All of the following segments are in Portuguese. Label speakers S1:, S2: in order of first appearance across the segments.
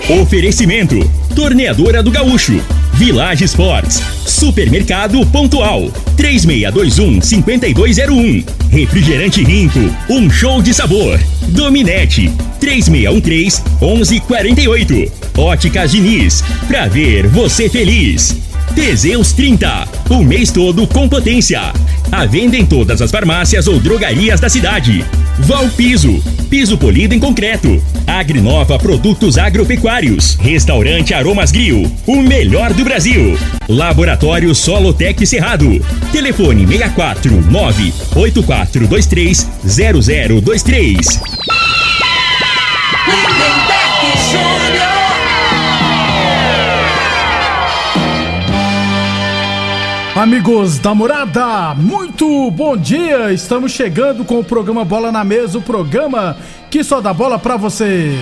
S1: Oferecimento: Torneadora do Gaúcho, Village Sports, Supermercado Pontual, 3621-5201, Refrigerante Rinco, um show de sabor, Dominete, 3613-1148, Óticas Diniz, pra ver você feliz. Teseus 30, o mês todo com potência. À venda em todas as farmácias ou drogarias da cidade. Valpiso, piso polido em concreto. Agrinova Produtos Agropecuários. Restaurante Aromas Grill, o melhor do Brasil. Laboratório Solotec Cerrado. Telefone 649-8423-0023.
S2: Amigos da Morada, muito bom dia! Estamos chegando com o programa Bola na Mesa, o programa que só dá bola pra você.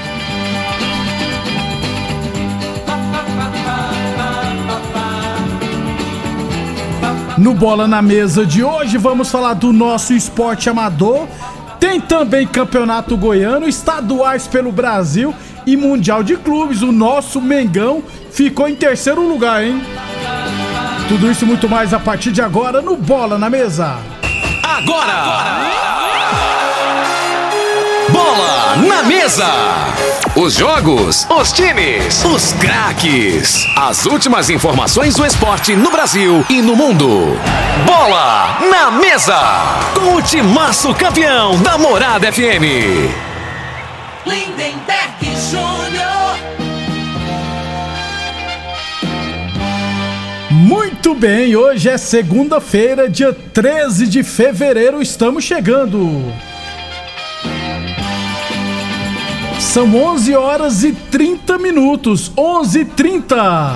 S2: No Bola na Mesa de hoje vamos falar do nosso esporte amador. Tem também campeonato goiano, estaduais pelo Brasil e mundial de clubes. O nosso Mengão ficou em terceiro lugar, hein? Tudo isso e muito mais a partir de agora no Bola na Mesa.
S3: Agora! Bola na Mesa! Os jogos, os times, os craques. As últimas informações do esporte no Brasil e no mundo. Bola na Mesa! Com o timaço campeão da Morada FM.
S4: Lindenberg Júnior.
S2: Muito bem, hoje é segunda-feira, dia 13 de fevereiro, estamos chegando. São 11 horas e 30 minutos, 11h30.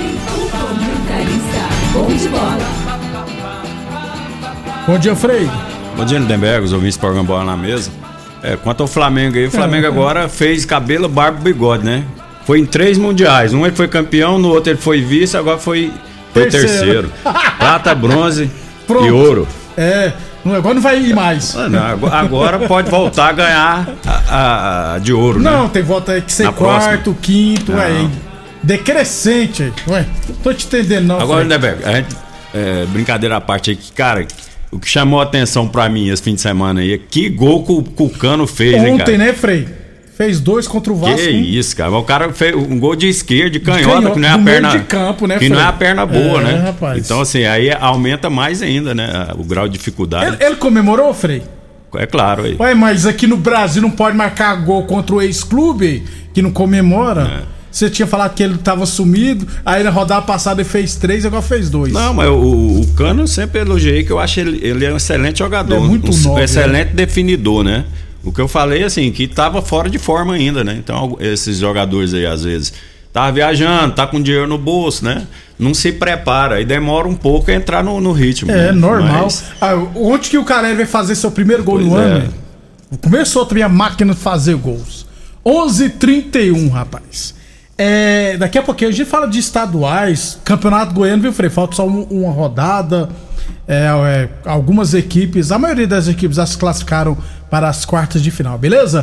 S2: Bom dia, Frei.
S5: Bom dia, Lindenberg, os ouvintes do programa Bola na Mesa. Quanto ao Flamengo aí, o Flamengo agora fez cabelo, barba e bigode, né? Foi em 3 mundiais, um ele foi campeão, no outro ele foi vice, agora foi terceiro. Prata, bronze
S2: Pronto.
S5: E ouro.
S2: Agora não vai ir mais.
S5: Agora pode voltar a ganhar a de ouro, né?
S2: Não, tem volta aí que ser quarto, quinto, decrescente. Ué, tô te entendendo não.
S5: Agora, Lindenberg, a gente, brincadeira à parte aí, cara, o que chamou a atenção pra mim esse fim de semana aí é que gol que o Cano fez, hein, cara?
S2: Ontem, né, Frei? Fez 2 contra o Vasco.
S5: Que isso, cara. O cara fez um gol de esquerda, de canhota, que não é a perna.
S2: De campo, né,
S5: que não é a perna boa, né?
S2: Rapaz.
S5: Então, assim, aí aumenta mais ainda, né? O grau de dificuldade.
S2: Ele comemorou, Frei?
S5: É claro aí.
S2: Ué, mas aqui no Brasil não pode marcar gol contra o ex-clube que não comemora? Você tinha falado que ele tava sumido, aí na rodada passada ele fez 3 e agora fez 2.
S5: Não, mas o Cano eu sempre elogiei, que eu acho ele é um excelente jogador.
S2: Ele é muito novo,
S5: excelente definidor, né? O que eu falei, assim, que tava fora de forma ainda, né? Então, esses jogadores aí, às vezes, tava viajando, tá com dinheiro no bolso, né? Não se prepara e demora um pouco a entrar no ritmo.
S2: É,
S5: né?
S2: normal. Mas... onde que o Carelli vai fazer seu primeiro gol no ano? Começou também a máquina de fazer gols. 11h31, rapaz. Daqui a pouquinho a gente fala de estaduais, campeonato goiano, viu, Frei? Falta só uma rodada. Algumas equipes, a maioria das equipes já se classificaram para as quartas de final, beleza?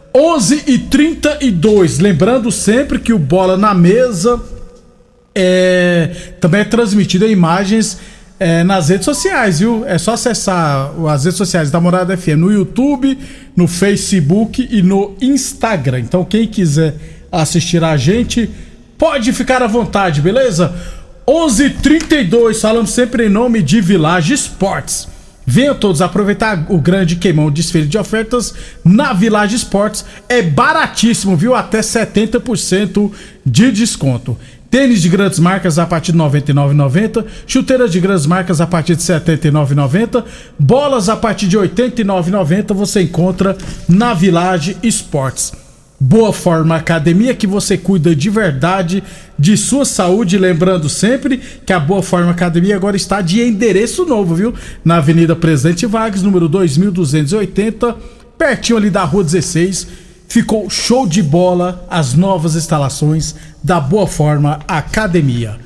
S2: 11h32, lembrando sempre que o Bola na Mesa também é transmitido em imagens nas redes sociais, viu? É só acessar as redes sociais da Morada FM no YouTube, no Facebook e no Instagram. Então quem quiser assistir a gente pode ficar à vontade, beleza? 11h32, falando sempre em nome de Village Sports. Venham todos aproveitar o grande queimão desfile de ofertas na Village Sports. É baratíssimo, viu? Até 70% de desconto. Tênis de grandes marcas a partir de R$ 99,90. Chuteiras de grandes marcas a partir de R$ 79,90. Bolas a partir de R$ 89,90 você encontra na Village Sports. Boa Forma Academia, que você cuida de verdade de sua saúde. Lembrando sempre que a Boa Forma Academia agora está de endereço novo, viu? Na Avenida Presidente Vargas, número 2280, pertinho ali da Rua 16. Ficou show de bola as novas instalações da Boa Forma Academia.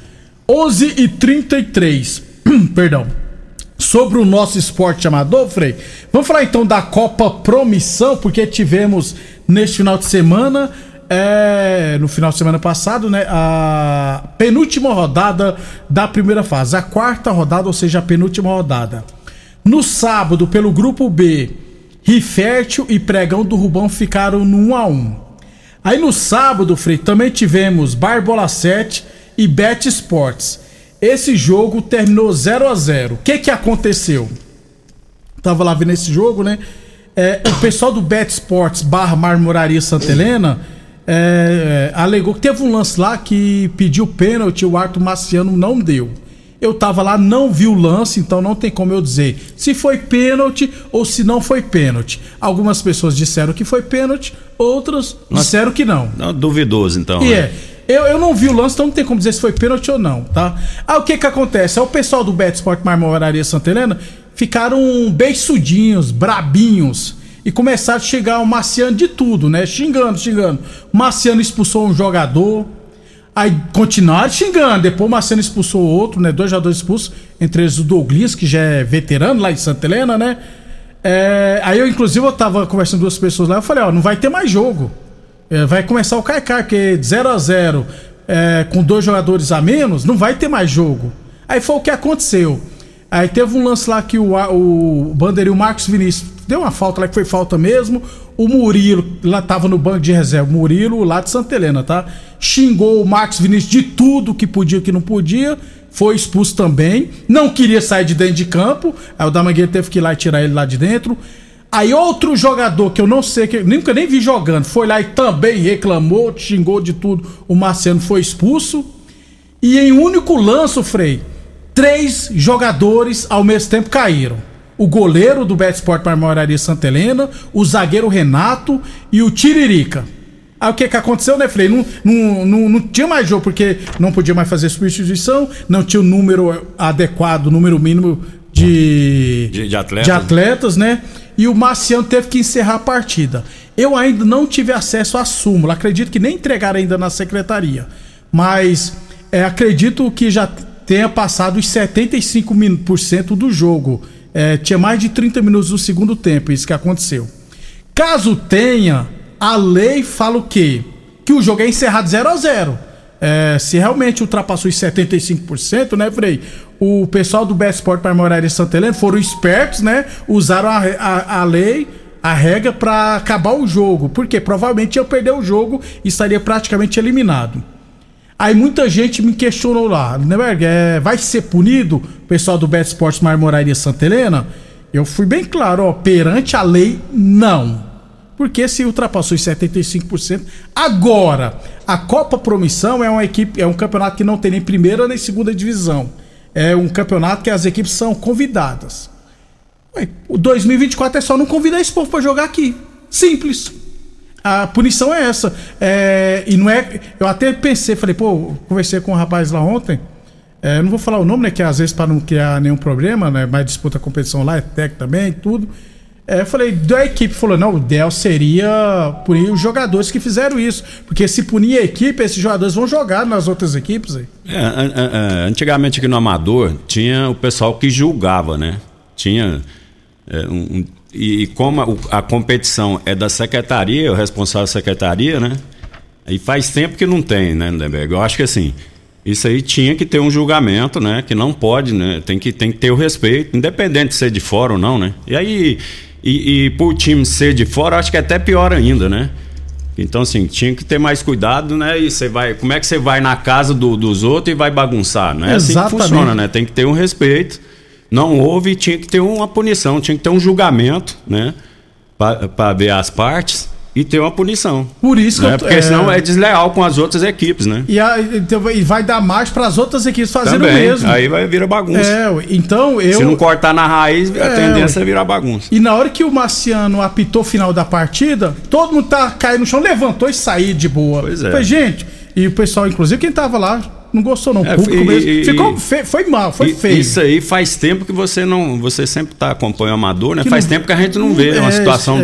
S2: 11h33, perdão. Sobre o nosso esporte amador, Frei, vamos falar então da Copa Promissão, porque tivemos neste final de semana no final de semana passado, né, a penúltima rodada da primeira fase, a quarta rodada, ou seja, a penúltima rodada. No sábado, pelo grupo B, Rifértil e Pregão do Rubão ficaram no 1-1. Aí no sábado, Frei, também tivemos Barbola 7 e Bet Sports. Esse jogo terminou 0-0. O que aconteceu? Tava lá vendo esse jogo, né? O pessoal do Bet Sports / Marmoraria Santa Helena alegou que teve um lance lá que pediu pênalti, o Arthur Marciano não deu. Eu tava lá, não vi o lance, então não tem como eu dizer se foi pênalti ou se não foi pênalti. Algumas pessoas disseram que foi pênalti, outras disseram que não.
S5: Duvidoso, então.
S2: E eu não vi o lance, então não tem como dizer se foi pênalti ou não, tá? Aí o que acontece? O pessoal do Bet Sport Marmoraria Santa Helena ficaram beiçudinhos, brabinhos, e começaram a chegar o Marciano de tudo, né? Xingando. O Marciano expulsou um jogador, aí continuaram xingando, depois o Marciano expulsou outro, né? 2 jogadores expulsos, entre eles o Douglas, que já é veterano lá em Santa Helena, né? Aí eu tava conversando com 2 pessoas lá, eu falei, não vai ter mais jogo. Vai começar o caicai, porque 0-0 com 2 jogadores a menos, não vai ter mais jogo. Aí foi o que aconteceu. Aí teve um lance lá que o bandeirinho Marcos Vinícius deu uma falta lá, que foi falta mesmo. O Murilo, lá tava no banco de reserva, Murilo lá de Santa Helena, tá? Xingou o Marcos Vinícius de tudo que podia e que não podia. Foi expulso também. Não queria sair de dentro de campo. Aí o Damangueira teve que ir lá e tirar ele lá de dentro. Aí outro jogador que eu não sei, que eu nunca nem vi jogando, foi lá e também reclamou, xingou de tudo. O Marciano foi expulso. E em único lance, Frei, 3 jogadores ao mesmo tempo caíram. O goleiro do Bet Sport Marmoraria Santa Helena, o zagueiro Renato e o Tiririca. Aí o que aconteceu, né, Frei? Não tinha mais jogo, porque não podia mais fazer substituição, não tinha o número adequado, o número mínimo de atletas, né? E o Marciano teve que encerrar a partida. Eu ainda não tive acesso à súmula, acredito que nem entregaram ainda na secretaria, mas acredito que já tenha passado os 75% do jogo. Tinha mais de 30 minutos do segundo tempo, isso que aconteceu. Caso tenha, a lei fala o quê? Que o jogo é encerrado 0-0. Se realmente ultrapassou os 75%, né, Frei? O pessoal do Bet Sport Marmoraria Santa Helena foram espertos, né? Usaram a lei, a regra pra acabar o jogo. Porque provavelmente ia perder o jogo e estaria praticamente eliminado. Aí muita gente me questionou lá, né, vai ser punido o pessoal do Bet Sports Marmoraria Santa Helena? Eu fui bem claro, perante a lei, não. Porque se ultrapassou os 75%. Agora, a Copa Promissão é um campeonato que não tem nem primeira nem segunda divisão. É um campeonato que as equipes são convidadas. O 2024 é só não convidar esse povo pra jogar aqui. Simples. A punição é essa. E não é. Eu até pensei, falei, conversei com um rapaz lá ontem. Não vou falar o nome, né? Que às vezes, para não criar nenhum problema, né? Mas disputa a competição lá, é técnico também, tudo. Eu falei, da equipe, falou, não, o ideal seria punir os jogadores que fizeram isso. Porque se punir a equipe, esses jogadores vão jogar nas outras equipes aí.
S5: Antigamente aqui no Amador, tinha o pessoal que julgava, né? Tinha E como a competição é da secretaria, o responsável da secretaria, né? E faz tempo que não tem, né, Lindenberg? Eu acho que assim, isso aí tinha que ter um julgamento, né? Que não pode, né? Tem que ter o respeito, independente de ser de fora ou não, né? E aí, por time ser de fora, eu acho que é até pior ainda, né? Então, assim, tinha que ter mais cuidado, né? E como é que você vai na casa dos outros e vai bagunçar? Não é assim que funciona, né? Tem que ter um respeito. Não houve, tinha que ter uma punição, tinha que ter um julgamento, né? Para ver as partes e ter uma punição.
S2: Por isso,
S5: né? Porque senão é desleal com as outras equipes, né?
S2: E vai dar mais para as outras equipes fazerem o mesmo.
S5: Aí vai virar bagunça.
S2: Então
S5: se não cortar na raiz, a tendência é virar bagunça.
S2: E na hora que o Marciano apitou o final da partida, todo mundo tá caindo no chão, levantou e saiu de boa.
S5: Pois é.
S2: Foi, gente, e o pessoal, inclusive quem tava lá, não gostou não, o público mesmo. Foi mal, foi feio. Isso
S5: aí faz tempo que você sempre tá acompanhando o Amador, né? Faz tempo que a gente não vê uma situação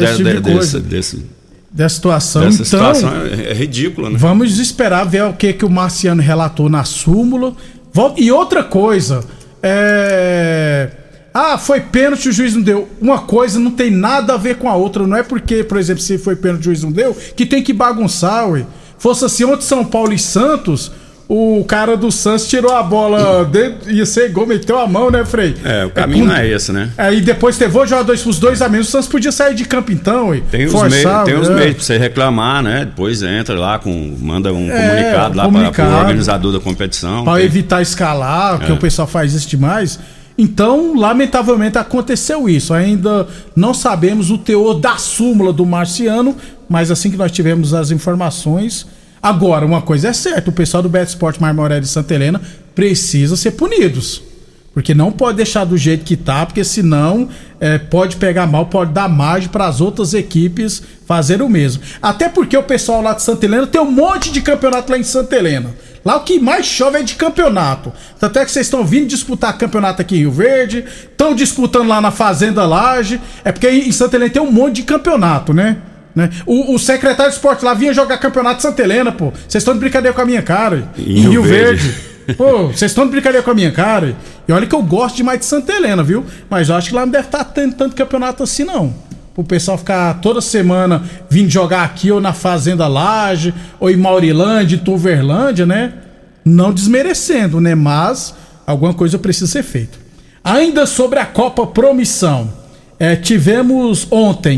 S2: dessa situação.
S5: Essa situação é ridícula, né?
S2: Vamos esperar ver o que o Marciano relatou na súmula. E outra coisa, foi pênalti, o juiz não deu. Uma coisa não tem nada a ver com a outra. Não é porque, por exemplo, se foi pênalti, o juiz não deu, que tem que bagunçar, ué. Fosse assim, ontem São Paulo e Santos, o cara do Santos tirou a bola, ia ser gol, meteu a mão, né, Frei?
S5: O caminho não é esse, né?
S2: Aí depois teve o jogador expulso 2 a menos, o Santos podia sair de campo então, ué.
S5: Tem os meios pra você reclamar, né? Depois entra lá, manda um comunicado lá para o organizador da competição.
S2: Para evitar escalar, porque o pessoal faz isso demais. Então, lamentavelmente, aconteceu isso. Ainda não sabemos o teor da súmula do Marciano, mas assim que nós tivemos as informações... Agora, uma coisa é certa, o pessoal do Betsport Marmoré de Santa Helena precisa ser punidos. Porque não pode deixar do jeito que tá, porque senão pode pegar mal, pode dar margem para as outras equipes fazerem o mesmo. Até porque o pessoal lá de Santa Helena tem um monte de campeonato lá em Santa Helena. Lá o que mais chove é de campeonato. Tanto é que vocês estão vindo disputar campeonato aqui em Rio Verde, estão disputando lá na Fazenda Laje. É porque em Santa Helena tem um monte de campeonato, né? O secretário de esporte lá vinha jogar campeonato de Santa Helena, pô. Vocês estão de brincadeira com a minha cara. Em Rio Verde. Pô, vocês estão de brincadeira com a minha cara. E olha que eu gosto demais de Santa Helena, viu? Mas eu acho que lá não deve estar tendo tanto campeonato assim, não. O pessoal ficar toda semana vindo jogar aqui ou na Fazenda Laje, ou em Maurilândia, em Tuverlândia, né? Não desmerecendo, né? Mas alguma coisa precisa ser feita. Ainda sobre a Copa Promissão. Tivemos ontem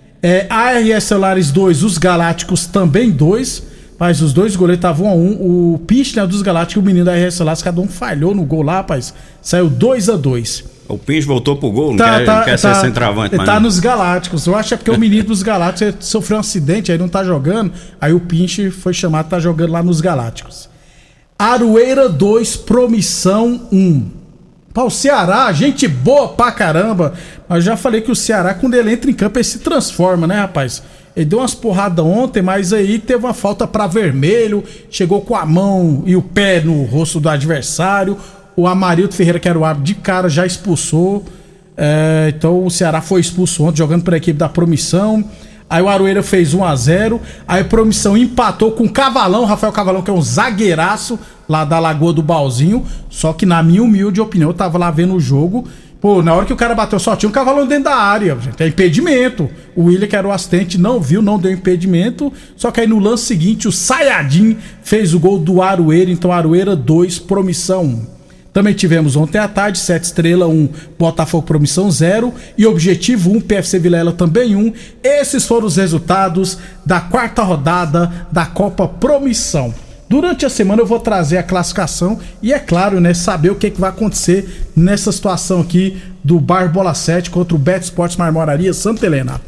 S2: ARS Celulares 2, os Galácticos também 2, mas os dois goleiros estavam 1-1. O Pinch, né, dos Galácticos, e o menino da ARS Celulares, cada um falhou no gol lá, rapaz. Saiu 2-2.
S5: O Pinch voltou pro gol, não quer ser centroavante.
S2: Ele tá nos Galácticos. Eu acho que é porque o menino dos Galácticos sofreu um acidente, aí não tá jogando. Aí o Pinch foi chamado, tá jogando lá nos Galácticos. Aroeira 2, Promissão 1. O Ceará, gente boa pra caramba. Mas eu já falei que o Ceará, quando ele entra em campo, ele se transforma, né, rapaz? Ele deu umas porradas ontem, mas aí teve uma falta pra vermelho, chegou com a mão e o pé no rosto do adversário. O Amarildo Ferreira, que era o árbitro de cara, já expulsou. Então o Ceará foi expulso ontem, jogando pela equipe da Promissão. Aí o Aroeira fez 1-0. Aí a Promissão empatou com o Cavalão, Rafael Cavalão, que é um zagueiraço lá da Lagoa do Balzinho. Só que na minha humilde opinião, eu tava lá vendo o jogo. Pô, na hora que o cara bateu, só tinha um Cavalão dentro da área, gente. É impedimento. O William, que era o assistente, não viu, não deu impedimento. Só que aí no lance seguinte, o Sayadin fez o gol do Aroeira. Então Aroeira 2, Promissão 1. Também tivemos ontem à tarde, 7 Estrela 1, Botafogo Promissão 0 e Objetivo 1, PFC Vilela também 1. Esses foram os resultados da quarta rodada da Copa Promissão. Durante a semana eu vou trazer a classificação e, é claro, né, saber o que vai acontecer nessa situação aqui do Bar Bola 7 contra o Betsports Marmoraria Santa Helena.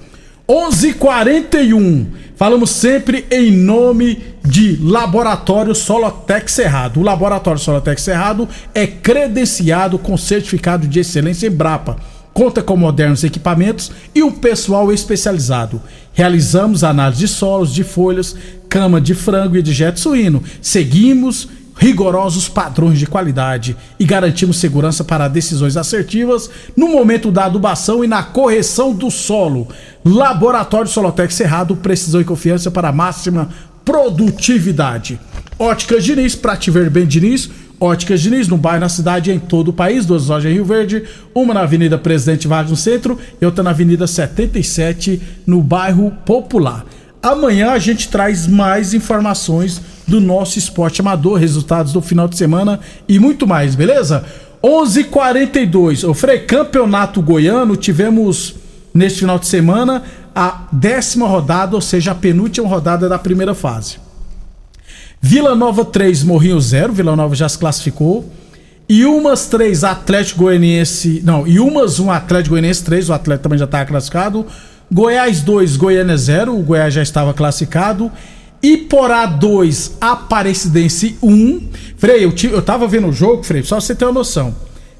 S2: 11h41, falamos sempre em nome de Laboratório Solotec Cerrado. O Laboratório Solotec Cerrado é credenciado com certificado de excelência Embrapa. Conta com modernos equipamentos e um pessoal especializado. Realizamos análise de solos, de folhas, cama de frango e de jet suíno. Seguimos rigorosos padrões de qualidade e garantimos segurança para decisões assertivas no momento da adubação e na correção do solo. Laboratório Solotec Cerrado, precisão e confiança para a máxima produtividade. Óticas Diniz, pra te ver bem, Diniz. Óticas Diniz, no bairro, na cidade e em todo o país. 2 lojas em Rio Verde, uma na Avenida Presidente Vargas no centro e outra na Avenida 77 no bairro Popular. Amanhã a gente traz mais informações do nosso esporte amador, resultados do final de semana e muito mais, beleza? 11h42, o Frei, Campeonato Goiano, tivemos neste final de semana a 10ª rodada, ou seja, a penúltima rodada da primeira fase. Vila Nova 3, Morrinho 0, Vila Nova já se classificou. E umas 3, Atlético Goianiense... Não, e umas 1, Atlético Goianiense 3, o Atlético também já estava classificado. Goiás 2, Goiânia 0, o Goiás já estava classificado. Iporá 2, Aparecidense 1. Frei, eu tava vendo o jogo, Frei, só pra você ter uma noção.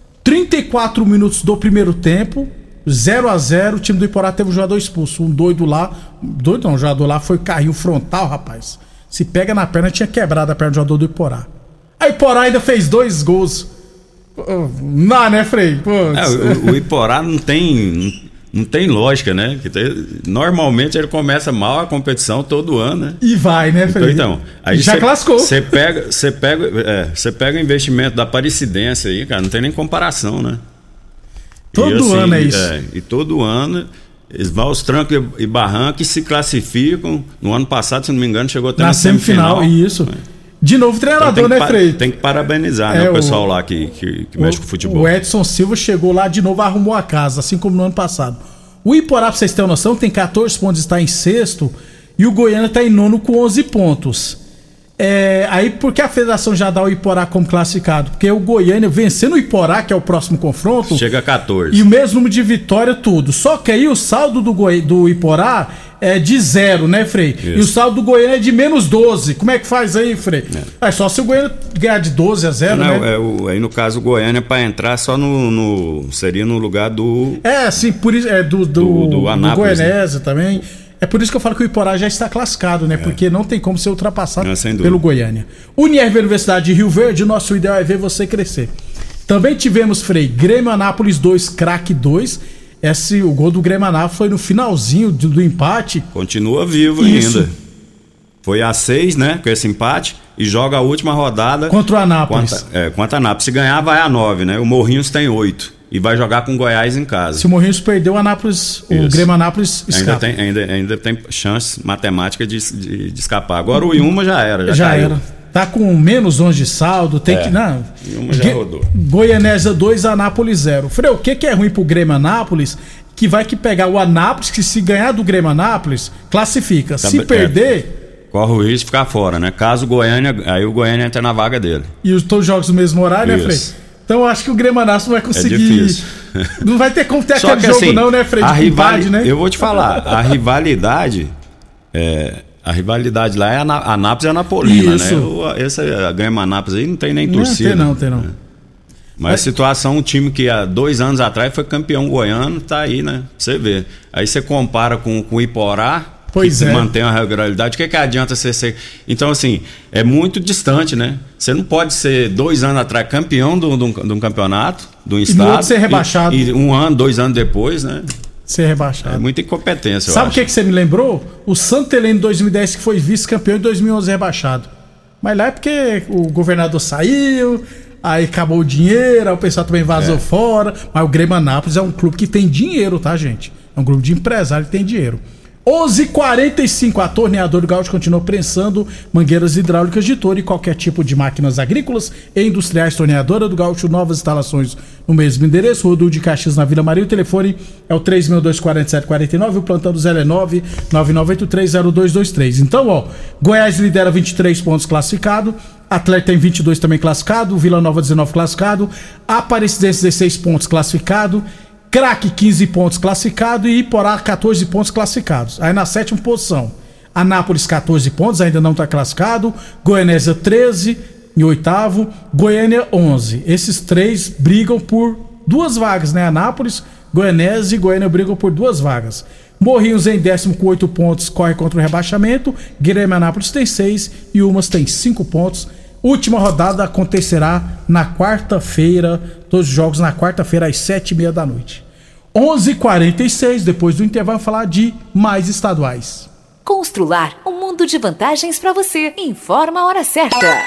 S2: 34 minutos do primeiro tempo, 0-0, o time do Iporá teve um jogador expulso. Um doido lá... Doido não, o jogador lá foi carrinho frontal, rapaz. Se pega na perna, tinha quebrado a perna do jogador do Iporá. A Iporá ainda fez 2 gols. Não, né, Frei?
S5: O Iporá não tem lógica, né? Normalmente ele começa mal a competição todo ano, né?
S2: E vai, né, Frei?
S5: Então, aí
S2: já classificou.
S5: Você pega o investimento da Aparecidense aí, cara, não tem nem comparação, né?
S2: Todo ano é isso.
S5: E todo ano eles vão aos trancos e barrancos e se classificam. No ano passado, se não me engano, chegou até na semifinal.
S2: Isso. De novo treinador,
S5: então,
S2: né, Frei?
S5: Tem que parabenizar, né, o pessoal lá que mexe com futebol.
S2: O Edson Silva chegou lá de novo, arrumou a casa, assim como no ano passado. O Iporá, pra vocês terem noção, tem 14 pontos, está em sexto, e o Goiânia está em nono com 11 pontos. Aí por que a federação já dá o Iporá como classificado? Porque o Goiânia vencendo o Iporá, que é o próximo confronto,
S5: chega a 14.
S2: E o mesmo número de vitória, tudo. Só que aí o saldo do Iporá é de 0, né, Frei? Isso. E o saldo do Goiânia é de menos 12. Como é que faz aí, Frei? Só se o Goiânia ganhar de 12 a 0, né?
S5: Aí no caso o Goiânia, para entrar só seria no lugar do...
S2: sim, por isso, do
S5: Anápolis,
S2: Goianésia, né? Também. É por isso que eu falo que o Iporá já está classificado, né? Porque não tem como ser ultrapassado pelo Goiânia. Unirv Universidade de Rio Verde, o nosso ideal é ver você crescer. Também tivemos, Frei, Grêmio Anápolis 2, Craque 2. O gol do Grêmio Anápolis foi no finalzinho do empate.
S5: Continua vivo ainda. Foi a 6, né? Com esse empate. E joga a última rodada
S2: contra o Anápolis.
S5: Contra o Anápolis. Se ganhar, vai a 9, né? O Morrinhos tem 8. E vai jogar com o Goiás em casa.
S2: Se o Morrinhos perder, o Anápolis, o Grêmio Anápolis escapa.
S5: Ainda tem chance matemática de escapar. Agora o Iuma já era. Já caiu.
S2: Tá com menos 11 de saldo. Tem que. Não.
S5: Iuma já rodou.
S2: Goianésia 2, Anápolis 0. Frei, o que é ruim pro Grêmio Anápolis? Que vai pegar o Anápolis, que se ganhar do Grêmio Anápolis, classifica. Se perder.
S5: Corre o risco de ficar fora, né? Caso o Goiânia. Aí o Goiânia entra na vaga dele.
S2: E todos os jogos no mesmo horário, né, Frei? Então eu acho que o Grêmio Anápolis não vai conseguir.
S5: É difícil.
S2: Não vai ter como ter aquele jogo, assim, não, né, Frei?
S5: Né? Eu vou te falar, a rivalidade. A rivalidade lá é Anápolis e Anapolina, né? A Grêmio Anápolis aí não tem nem torcida.
S2: Tem não.
S5: Mas a situação, um time que há 2 anos atrás foi campeão goiano, tá aí, né? Você vê. Aí você compara com o Iporá.
S2: Pois
S5: que mantém a regularidade, o que adianta você ser... Então, assim, é muito distante, né? Você não pode ser 2 anos atrás campeão de um campeonato, de um estado...
S2: E ser rebaixado.
S5: E 1 ano, 2 anos depois, né?
S2: Ser rebaixado.
S5: É muita incompetência,
S2: Sabe o que você me lembrou? O Santa Helena em 2010, que foi vice-campeão, em 2011 rebaixado. Mas lá é porque o governador saiu... Aí acabou o dinheiro, aí o pessoal também vazou fora. Mas o Grêmio Anápolis é um clube que tem dinheiro, tá, gente? É um grupo de empresário que tem dinheiro. 11h45, a Torneadora do Gaúcho continua prensando mangueiras hidráulicas de touro e qualquer tipo de máquinas agrícolas e industriais. Torneadora do Gaúcho, novas instalações no mesmo endereço, Rodul de Caxias na Vila Maria. O telefone é o 3624749, o plantão do Zé é 999830223. Então, Goiás lidera 23 pontos classificado, Atlético tem 22 também classificado, Vila Nova 19 classificado, Aparecidense 16 pontos classificado, Craque 15 pontos classificado e Iporá 14 pontos classificados. Aí na 7ª posição, Anápolis 14 pontos, ainda não está classificado, Goianésia 13 em 8º, Goiânia 11. Esses 3 brigam por 2 vagas, né? Anápolis, Goianésia e Goiânia brigam por 2 vagas. Morrinhos em 10º com 8 pontos, corre contra o rebaixamento. Grêmio Anápolis tem 6 e Umas tem 5 pontos. Última rodada acontecerá na quarta-feira, todos os jogos na quarta-feira às 7h30 da noite. 11h46, depois do intervalo, falar de mais estaduais.
S6: Constrular um mundo de vantagens para você. Informa a hora certa.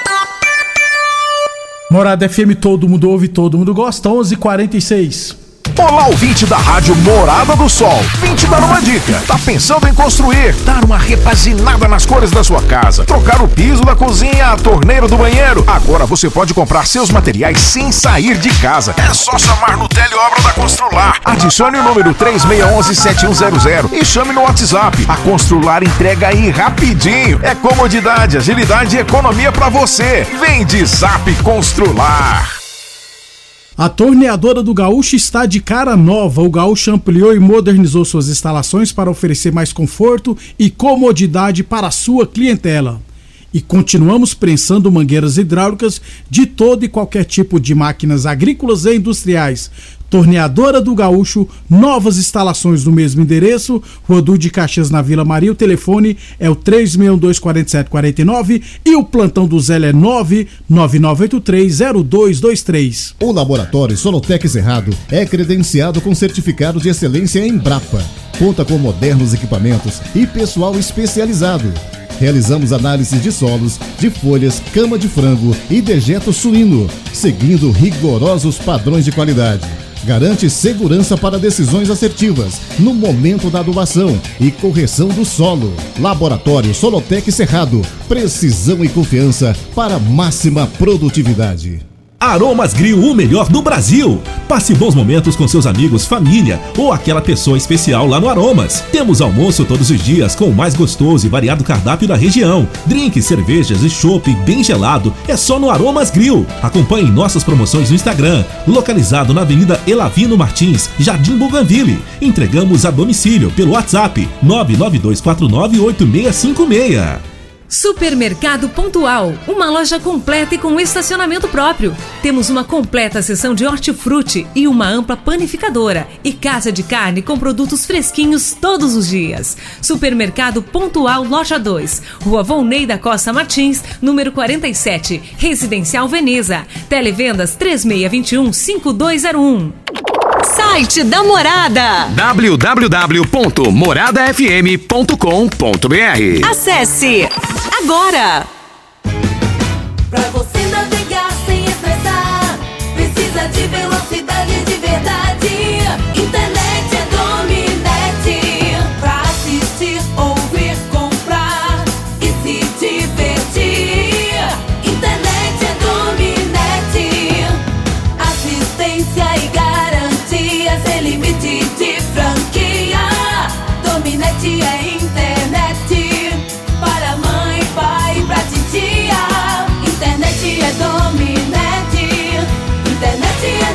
S2: Morada FM, todo mundo ouve, todo mundo gosta. 11h46.
S7: Olá, ouvinte da Rádio Morada do Sol. Vim te dar uma dica. Tá pensando em construir, dar uma repaginada nas cores da sua casa, trocar o piso da cozinha, a torneira do banheiro? Agora você pode comprar seus materiais sem sair de casa. É só chamar no Teleobra da Constrular. Adicione o número 3611-7100 e chame no WhatsApp. A Constrular entrega aí rapidinho. É comodidade, agilidade e economia pra você. Vem de Zap Constrular.
S2: A Torneadora do Gaúcho está de cara nova. O Gaúcho ampliou e modernizou suas instalações para oferecer mais conforto e comodidade para a sua clientela. E continuamos prensando mangueiras hidráulicas de todo e qualquer tipo de máquinas agrícolas e industriais. Torneadora do Gaúcho, novas instalações no mesmo endereço, Rodul de Caxias na Vila Maria. O telefone é o 3624749 e o plantão do Zé é 999830223.
S8: O Laboratório Solotec Cerrado é credenciado com certificado de excelência em Embrapa. Conta com modernos equipamentos e pessoal especializado. Realizamos análises de solos, de folhas, cama de frango e dejeto suíno, seguindo rigorosos padrões de qualidade. garante segurança para decisões assertivas no momento da adubação e correção do solo. Laboratório Solotec Cerrado, precisão e confiança para máxima produtividade.
S9: Aromas Grill, o melhor do Brasil. Passe bons momentos com seus amigos, família ou aquela pessoa especial lá no Aromas. Temos almoço todos os dias com o mais gostoso e variado cardápio da região. Drinks, cervejas e chopp bem gelado é só no Aromas Grill. Acompanhe nossas promoções no Instagram, localizado na Avenida Elavino Martins, Jardim Bougainville. Entregamos a domicílio pelo WhatsApp 992498656.
S10: Supermercado Pontual, uma loja completa e com estacionamento próprio. Temos uma completa seção de hortifruti e uma ampla panificadora e casa de carne com produtos fresquinhos todos os dias. Supermercado Pontual, Loja 2, Rua Volney da Costa Martins, número 47, Residencial Veneza. Televendas 3621-5201.
S11: Site da Morada
S3: www.moradafm.com.br.
S11: Acesse agora.
S4: Pra você navegar sem estressar, precisa de velocidade de verdade. Internet é Dominete. Pra assistir, ouvir, comprar e se divertir. Internet é Dominete. Assistência e garantia sem limite de franquia. Dominete é internet para mãe, pai, pra titia. Internet é Dominete. Internet é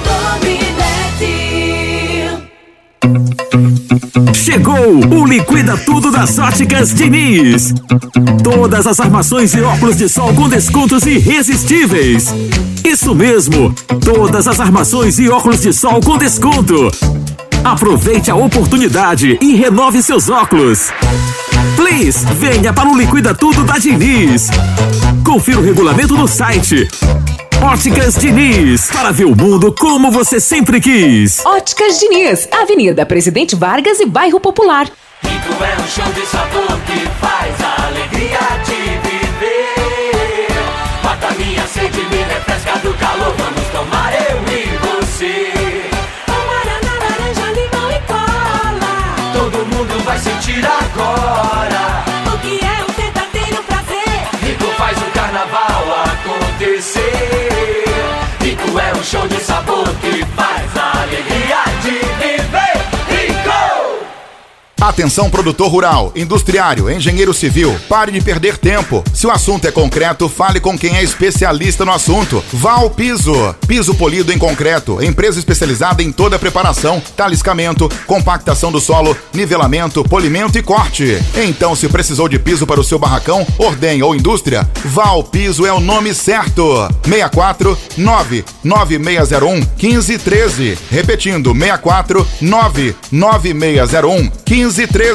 S4: Dominete.
S12: Chegou o Liquida Tudo das Óticas Diniz. Todas as armações e óculos de sol com descontos irresistíveis. Isso mesmo, todas as armações e óculos de sol com desconto. Aproveite a oportunidade e renove seus óculos. Please, venha para o Liquida Tudo da Diniz. Confira o regulamento no site. Óticas Diniz, para ver o mundo como você sempre quis.
S6: Óticas Diniz, Avenida Presidente Vargas e Bairro Popular.
S4: Rico é um show de sabor que faz a alegria de viver. Mata minha sede, me refresca do calor. Vamos tomar eu e você. Guaraná, laranja, limão e cola. Todo mundo vai sentir agora o que é um verdadeiro prazer. Rico faz o carnaval acontecer. Rico é um show de sabor que faz a alegria de viver. Rico!
S13: Atenção, produtor rural, industriário, engenheiro civil, pare de perder tempo. Se o assunto é concreto, fale com quem é especialista no assunto. Val Piso, piso polido em concreto, empresa especializada em toda a preparação, taliscamento, compactação do solo, nivelamento, polimento e corte. Então, se precisou de piso para o seu barracão, ordem ou indústria, Val Piso é o nome certo. 64 99601 1513. Repetindo, 64 99601 1513.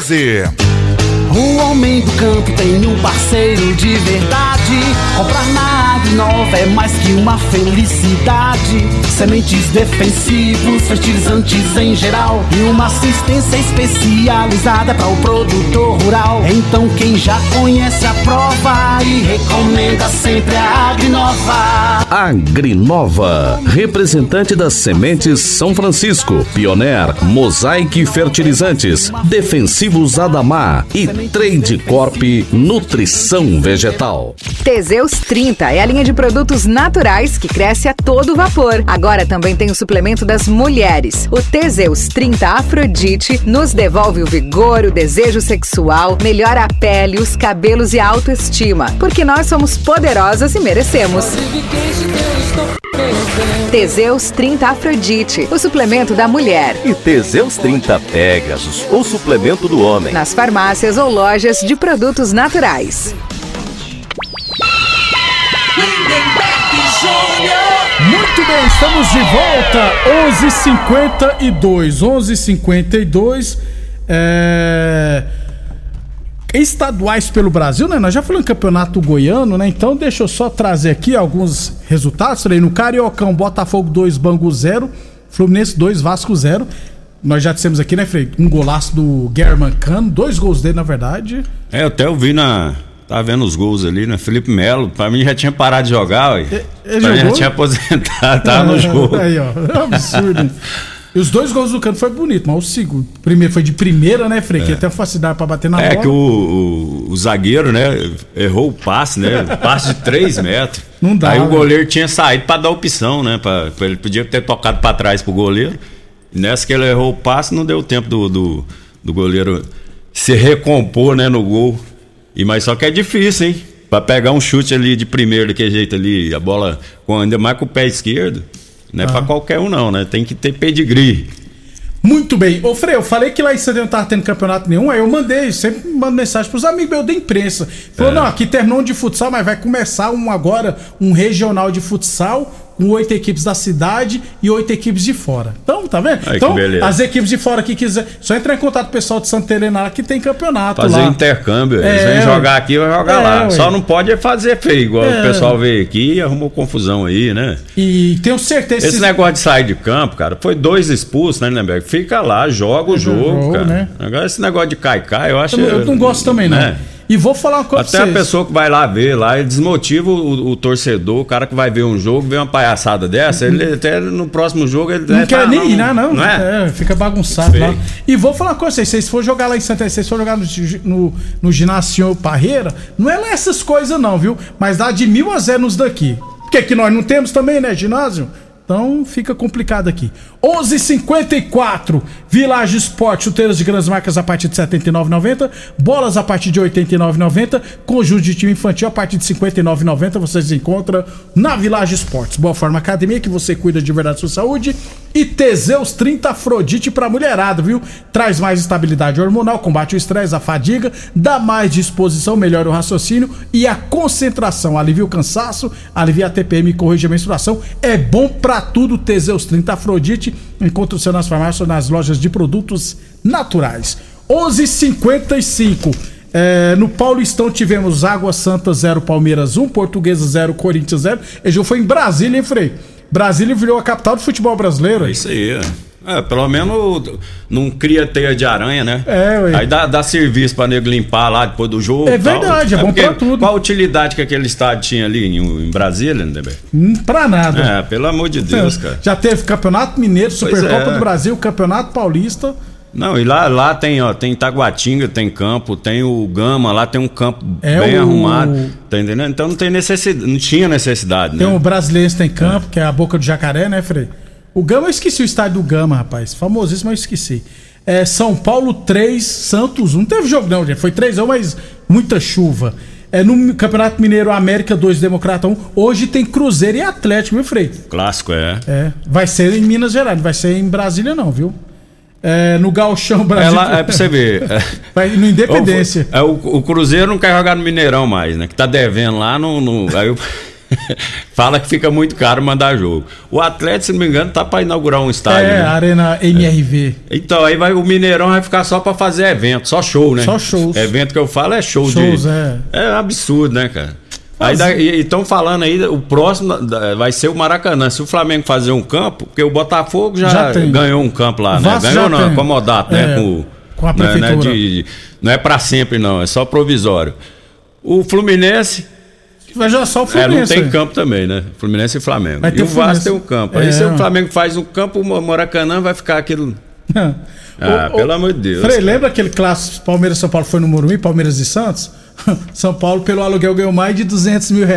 S14: O homem do campo tem um parceiro de verdade. Comprar na Agrinova é mais que uma felicidade. Sementes defensivos, fertilizantes em geral e uma assistência especializada para o produtor rural. Então quem já conhece a prova e recomenda sempre a Agrinova.
S15: Agrinova, representante das sementes São Francisco, Pioneer, Mosaic Fertilizantes, Defensivos Adamar e Trade Corp Nutrição Vegetal.
S16: Teseus 30 é a linha de produtos naturais que cresce a todo vapor. Agora também tem o suplemento das mulheres. O Teseus 30 Afrodite nos devolve o vigor, o desejo sexual, melhora a pele, os cabelos e a autoestima. Porque nós somos poderosas e merecemos. Teseus 30 Afrodite, o suplemento da mulher.
S17: E Teseus 30 Pegasus, o suplemento do homem.
S16: Nas farmácias ou lojas de produtos naturais.
S2: Muito bem, estamos de volta. 11h52. Estaduais pelo Brasil, né? Nós já falamos campeonato goiano, né? Então deixa eu só trazer aqui alguns resultados. Falei, no Cariocão, Botafogo 2, Bangu 0, Fluminense 2, Vasco 0. Nós já dissemos aqui, né, Frei? Um golaço do German Cano, 2 gols dele, na verdade.
S5: Eu até ouvi Tava vendo os gols ali, né? Felipe Melo, pra mim já tinha parado de jogar, ué. Pra mim já tinha aposentado, tava no jogo.
S2: Aí, ó, é um absurdo. E os 2 gols do Cano foi bonito, mas o segundo, primeiro foi de primeira, né, Frei? Que ele tem facilidade pra bater na bola.
S5: É que o zagueiro, né, errou o passe, né? O passe de 3 metros.
S2: Não dá.
S5: Aí o goleiro tinha saído pra dar opção, né? Ele podia ter tocado pra trás pro goleiro. E nessa que ele errou o passe, não deu tempo do goleiro se recompor, né, no gol. Mas só que é difícil, hein? Pra pegar um chute ali de primeiro, daquele jeito ali, a bola, ainda mais com o pé esquerdo. Não é pra qualquer um não, né? Tem que ter pedigree.
S2: Muito bem. Ô, Frei, eu falei que lá em Santos não tava tendo campeonato nenhum, aí eu sempre mando mensagem pros amigos meus da imprensa. Falou, não, aqui terminou um de futsal, mas vai começar um regional de futsal, com 8 equipes da cidade e 8 equipes de fora. Então, tá vendo?
S5: Ai,
S2: então,
S5: as
S2: equipes de fora que quiser, só entrar em contato com o pessoal de Santa Helena lá que tem campeonato
S5: fazer
S2: lá.
S5: Fazer intercâmbio, eles vêm jogar aqui, vai jogar lá. Só não pode fazer feio, igual o pessoal veio aqui e arrumou confusão aí, né?
S2: E tenho certeza...
S5: Esse negócio de sair de campo, cara, foi 2 expulsos, né, Lindenberg? Fica lá, joga o jogo, cara. Né? Agora esse negócio de cai, eu acho...
S2: Eu não gosto também, não. Né? E vou falar uma coisa
S5: pra vocês. Até a pessoa que vai lá ver, lá, ele desmotiva o torcedor, o cara que vai ver um jogo, vê uma palhaçada dessa, ele até no próximo jogo ele
S2: não quer nem ir, não é? Fica bagunçado lá. E vou falar uma coisa, se vocês for jogar lá em Santa, se vocês for jogar no ginásio Parreira, não é lá essas coisas não, viu? Mas dá de 1.000 a 0 nos daqui. Porque que nós não temos também, né, ginásio? Então fica complicado aqui. 11h54, Village Esporte, chuteiras de grandes marcas a partir de R$ 79,90, bolas a partir de R$ 89,90, conjunto de time infantil a partir de R$ 59,90. Vocês encontram na Village Esportes. Boa Forma Academia, que você cuida de verdade da sua saúde. E Teseus 30 Afrodite pra mulherada, viu? Traz mais estabilidade hormonal, combate o estresse, a fadiga, dá mais disposição, melhora o raciocínio e a concentração, alivia o cansaço, alivia a TPM e corrige a menstruação. É bom pra tudo. Teseus 30 Afrodite. Encontre o seu nas farmácias ou nas lojas de produtos naturais. 11h55. No Paulistão tivemos Água Santa 0, Palmeiras 1, Portuguesa 0, Corinthians 0. Esse jogo foi em Brasília, hein, Frei? Brasília virou a capital do futebol brasileiro.
S5: É isso aí, pelo menos não cria teia de aranha, né? Aí dá serviço pra nego limpar lá depois do jogo.
S2: É verdade, é bom pra tudo.
S5: Qual a utilidade que aquele estádio tinha ali em Brasília, né, Bem?
S2: Pra nada.
S5: Pelo amor de Deus, cara.
S2: Já teve Campeonato Mineiro, Supercopa do Brasil, Campeonato Paulista.
S5: Não, e lá tem Taguatinga, tem campo, tem o Gama, lá tem um campo bem arrumado, tá entendendo? Então não tinha necessidade, né?
S2: Tem o Brasileiro tem campo, que é a Boca do Jacaré, né, Frei? O Gama, eu esqueci o estádio do Gama, rapaz, famosíssimo, mas eu esqueci. São Paulo 3, Santos 1, não teve jogo não, gente, foi 3-1, mas muita chuva. No Campeonato Mineiro, América 2, Democrata 1, hoje tem Cruzeiro e Atlético, viu, Frei?
S5: Clássico,
S2: vai ser em Minas Gerais, não vai ser em Brasília não, viu? No Gauchão Brasil.
S5: Pra você ver.
S2: Vai no Independência.
S5: O Cruzeiro não quer jogar no Mineirão mais, né? Que tá devendo lá aí fala que fica muito caro mandar jogo. O Atlético, se não me engano, tá pra inaugurar um estádio.
S2: Né? Arena MRV.
S5: Então, aí o Mineirão vai ficar só pra fazer evento, só show, né?
S2: Só shows.
S5: Evento que eu falo é shows. É absurdo, né, cara? Aí estão falando aí, o próximo vai ser o Maracanã. Se o Flamengo fazer um campo, porque o Botafogo já ganhou um campo lá, né? Ganhou não, acomodado, né?
S2: Com a prefeitura.
S5: Não é pra sempre, não, é só provisório. O Fluminense.
S2: Vai jogar só o Fluminense.
S5: Não tem campo também, né? Fluminense e Flamengo.
S2: E
S5: o Vasco tem um campo. Aí se o Flamengo faz um campo, o Maracanã vai ficar aquilo. Pelo amor de Deus.
S2: Frei, lembra aquele clássico Palmeiras e São Paulo foi no Morumbi, Palmeiras e Santos? São Paulo, pelo aluguel, ganhou mais de R$200 mil.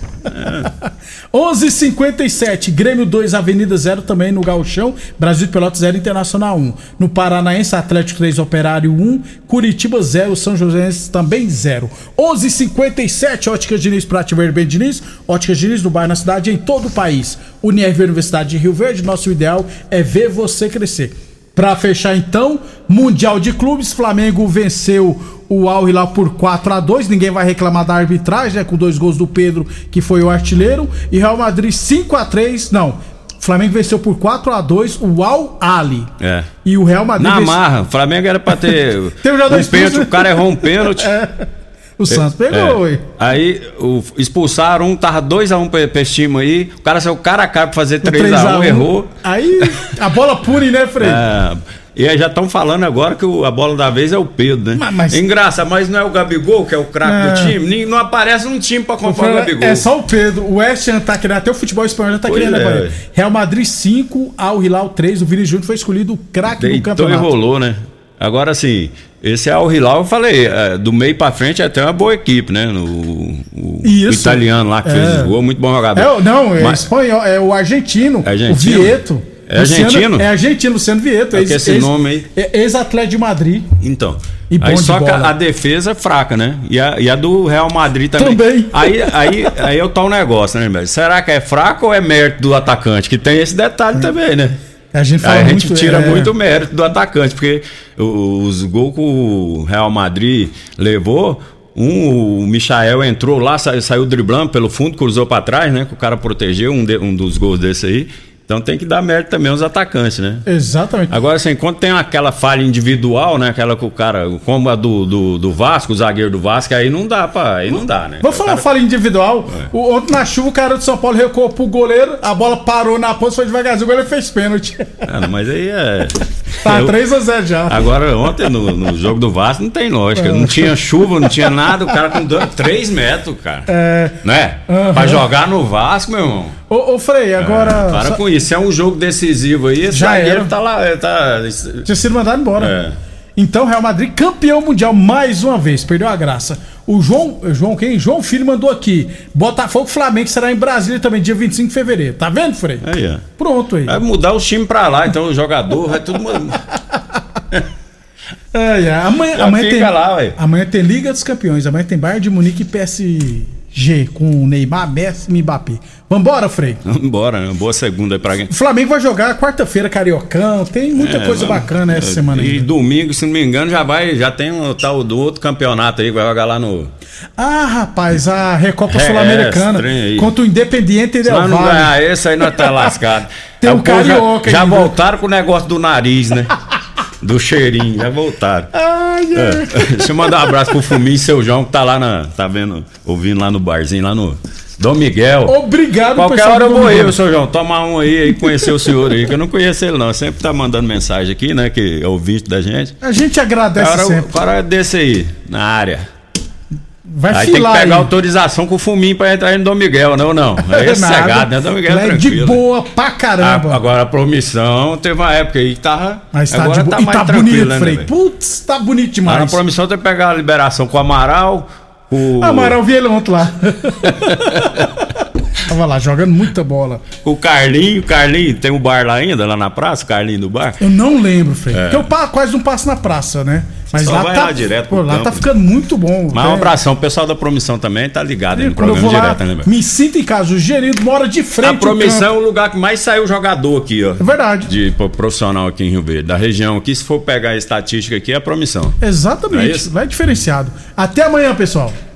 S2: 11h57, Grêmio 2, Avenida 0 também no Gauchão, Brasil de Pelotas 0, Internacional 1. No Paranaense, Atlético 3, Operário 1, Curitiba 0, São Joséense também 0. 11h57, Óticas Diniz, Prate Verde Bem Diniz, Óticas Diniz no bairro, na cidade e em todo o país. Unirv Universidade de Rio Verde, nosso ideal é ver você crescer. Pra fechar então, Mundial de Clubes, Flamengo venceu o Al Hilal por 4-2, ninguém vai reclamar da arbitragem, né, com 2 gols do Pedro, que foi o artilheiro, e Real Madrid 5-3, não, Flamengo venceu por 4-2 o Al Ahly. E o Real Madrid
S5: na marra, o Flamengo era pra ter um pênalti, o cara errou um pênalti.
S2: O Santos pegou,
S5: Aí expulsaram tava 2-1 pra esse time aí. O cara saiu cara a cara pra fazer 3-1, errou.
S2: Aí a bola pune, né, Frei?
S5: E aí já estão falando agora que a bola da vez é o Pedro, né?
S2: Mas...
S5: Engraçado, mas não é o Gabigol, que é o craque do time? Não aparece um time pra comprar o Gabigol.
S2: É só o Pedro. O West Ham tá querendo, até o futebol espanhol já tá querendo agora. Real Madrid 5, Al Hilal 3. O Vini Júnior foi escolhido o craque do campeonato.
S5: Então enrolou, né? Agora assim, esse Al Hilal, eu falei, do meio pra frente é até uma boa equipe, né? O italiano lá que fez o gol, muito bom jogador.
S2: Espanhol, é o argentino. O Vieto.
S5: É argentino?
S2: É argentino, Luciano Vieto.
S5: Esse nome aí.
S2: Ex-atleta de Madrid.
S5: Então. Aí só que a defesa é fraca, né? E a do Real Madrid também. Aí eu tô um negócio, né, velho? Será que é fraco ou é mérito do atacante? Que tem esse detalhe também, né?
S2: A gente
S5: tira muito mérito do atacante, porque os gols que o Real Madrid levou, o Michael entrou lá, saiu driblando pelo fundo, cruzou pra trás, né? Que o cara protegeu um dos gols desse aí. Então tem que dar mérito também aos atacantes, né?
S2: Exatamente.
S5: Agora, assim, quando tem aquela falha individual, né? Aquela que o cara, como a do Vasco, o zagueiro do Vasco, aí não dá, né?
S2: Vamos falar falha individual. Ontem na chuva, o cara do São Paulo recuou pro goleiro, a bola parou na ponta, foi devagarzinho, o goleiro fez pênalti.
S5: Mas aí é...
S2: Tá 3-0 já.
S5: Agora, ontem no jogo do Vasco não tem lógica. Não tinha chuva, não tinha nada, o cara com 3 metros, cara. Né? Pra jogar no Vasco, meu irmão.
S2: Ô Frei, agora...
S5: Para com isso, é um jogo decisivo aí, esse zagueiro tá lá...
S2: Tinha sido mandado embora. Então, Real Madrid campeão mundial mais uma vez, perdeu a graça. O João Filho mandou aqui, Botafogo e Flamengo será em Brasília também, dia 25 de fevereiro. Tá vendo, Frei?
S5: Aí, ó.
S2: Pronto aí.
S5: Vai mudar os times pra lá, então o jogador vai tudo...
S2: Amanhã tem Liga dos Campeões, amanhã tem Bayern de Munique e PSG, com Neymar, Messi e Mbappé. Vambora, Frei?
S5: Vambora, uma boa segunda aí pra quem.
S2: O Flamengo vai jogar quarta-feira, Cariocão, tem muita coisa bacana essa semana aí.
S5: E domingo, se não me engano, já tem um tal do outro campeonato aí que vai jogar lá no...
S2: rapaz, a Recopa Sul-Americana contra o Independiente Del Valle.
S5: Se não ganhar esse, aí nós tá lascado.
S2: Tem um Carioca
S5: já voltaram com o negócio do nariz, né? Do cheirinho, já voltaram. Deixa eu mandar um abraço pro Fuminho e seu João, que tá lá ouvindo lá no barzinho, lá no Dom Miguel.
S2: Obrigado,
S5: qualquer hora eu vou aí, seu João, tomar um aí e conhecer o senhor aí, que eu não conheço ele não, sempre tá mandando mensagem aqui, né, que é ouvinte da gente.
S2: A gente agradece sempre.
S5: O cara desse aí, na área.
S2: Vai
S5: aí tem que pegar autorização com o Fuminho pra entrar aí no Dom Miguel, não. Aí é cegado, né? Dom Miguel é tranquilo.
S2: De boa pra caramba.
S5: Agora a promissão, teve uma época aí que tava.
S2: Mas tá
S5: agora tá mais
S2: tá
S5: tranquilo,
S2: bonito, Frei. Putz, tá bonito demais.
S5: A promissão tem que pegar a liberação com o Amaral.
S2: Amaral vi ele ontem lá. Tava lá jogando muita bola.
S5: O Carlinho tem um bar lá ainda, lá na praça, o Carlinho do bar?
S2: Eu não lembro, Frei. Porque eu quase não passo na praça, né? Mas
S5: só
S2: lá
S5: vai
S2: tá
S5: lá direto
S2: lá
S5: campo.
S2: Tá ficando muito bom.
S5: Mas um abração, o pessoal da Promissão também tá ligado aí no
S2: quando
S5: programa
S2: eu vou lá,
S5: direto, né,
S2: me sinto em casa, o Gerido mora de frente.
S5: A Promissão é o lugar que mais saiu jogador aqui, ó.
S2: É verdade.
S5: De profissional aqui em Rio Verde, da região aqui, se for pegar a estatística aqui, é a Promissão.
S2: Exatamente, vai diferenciado. Até amanhã, pessoal.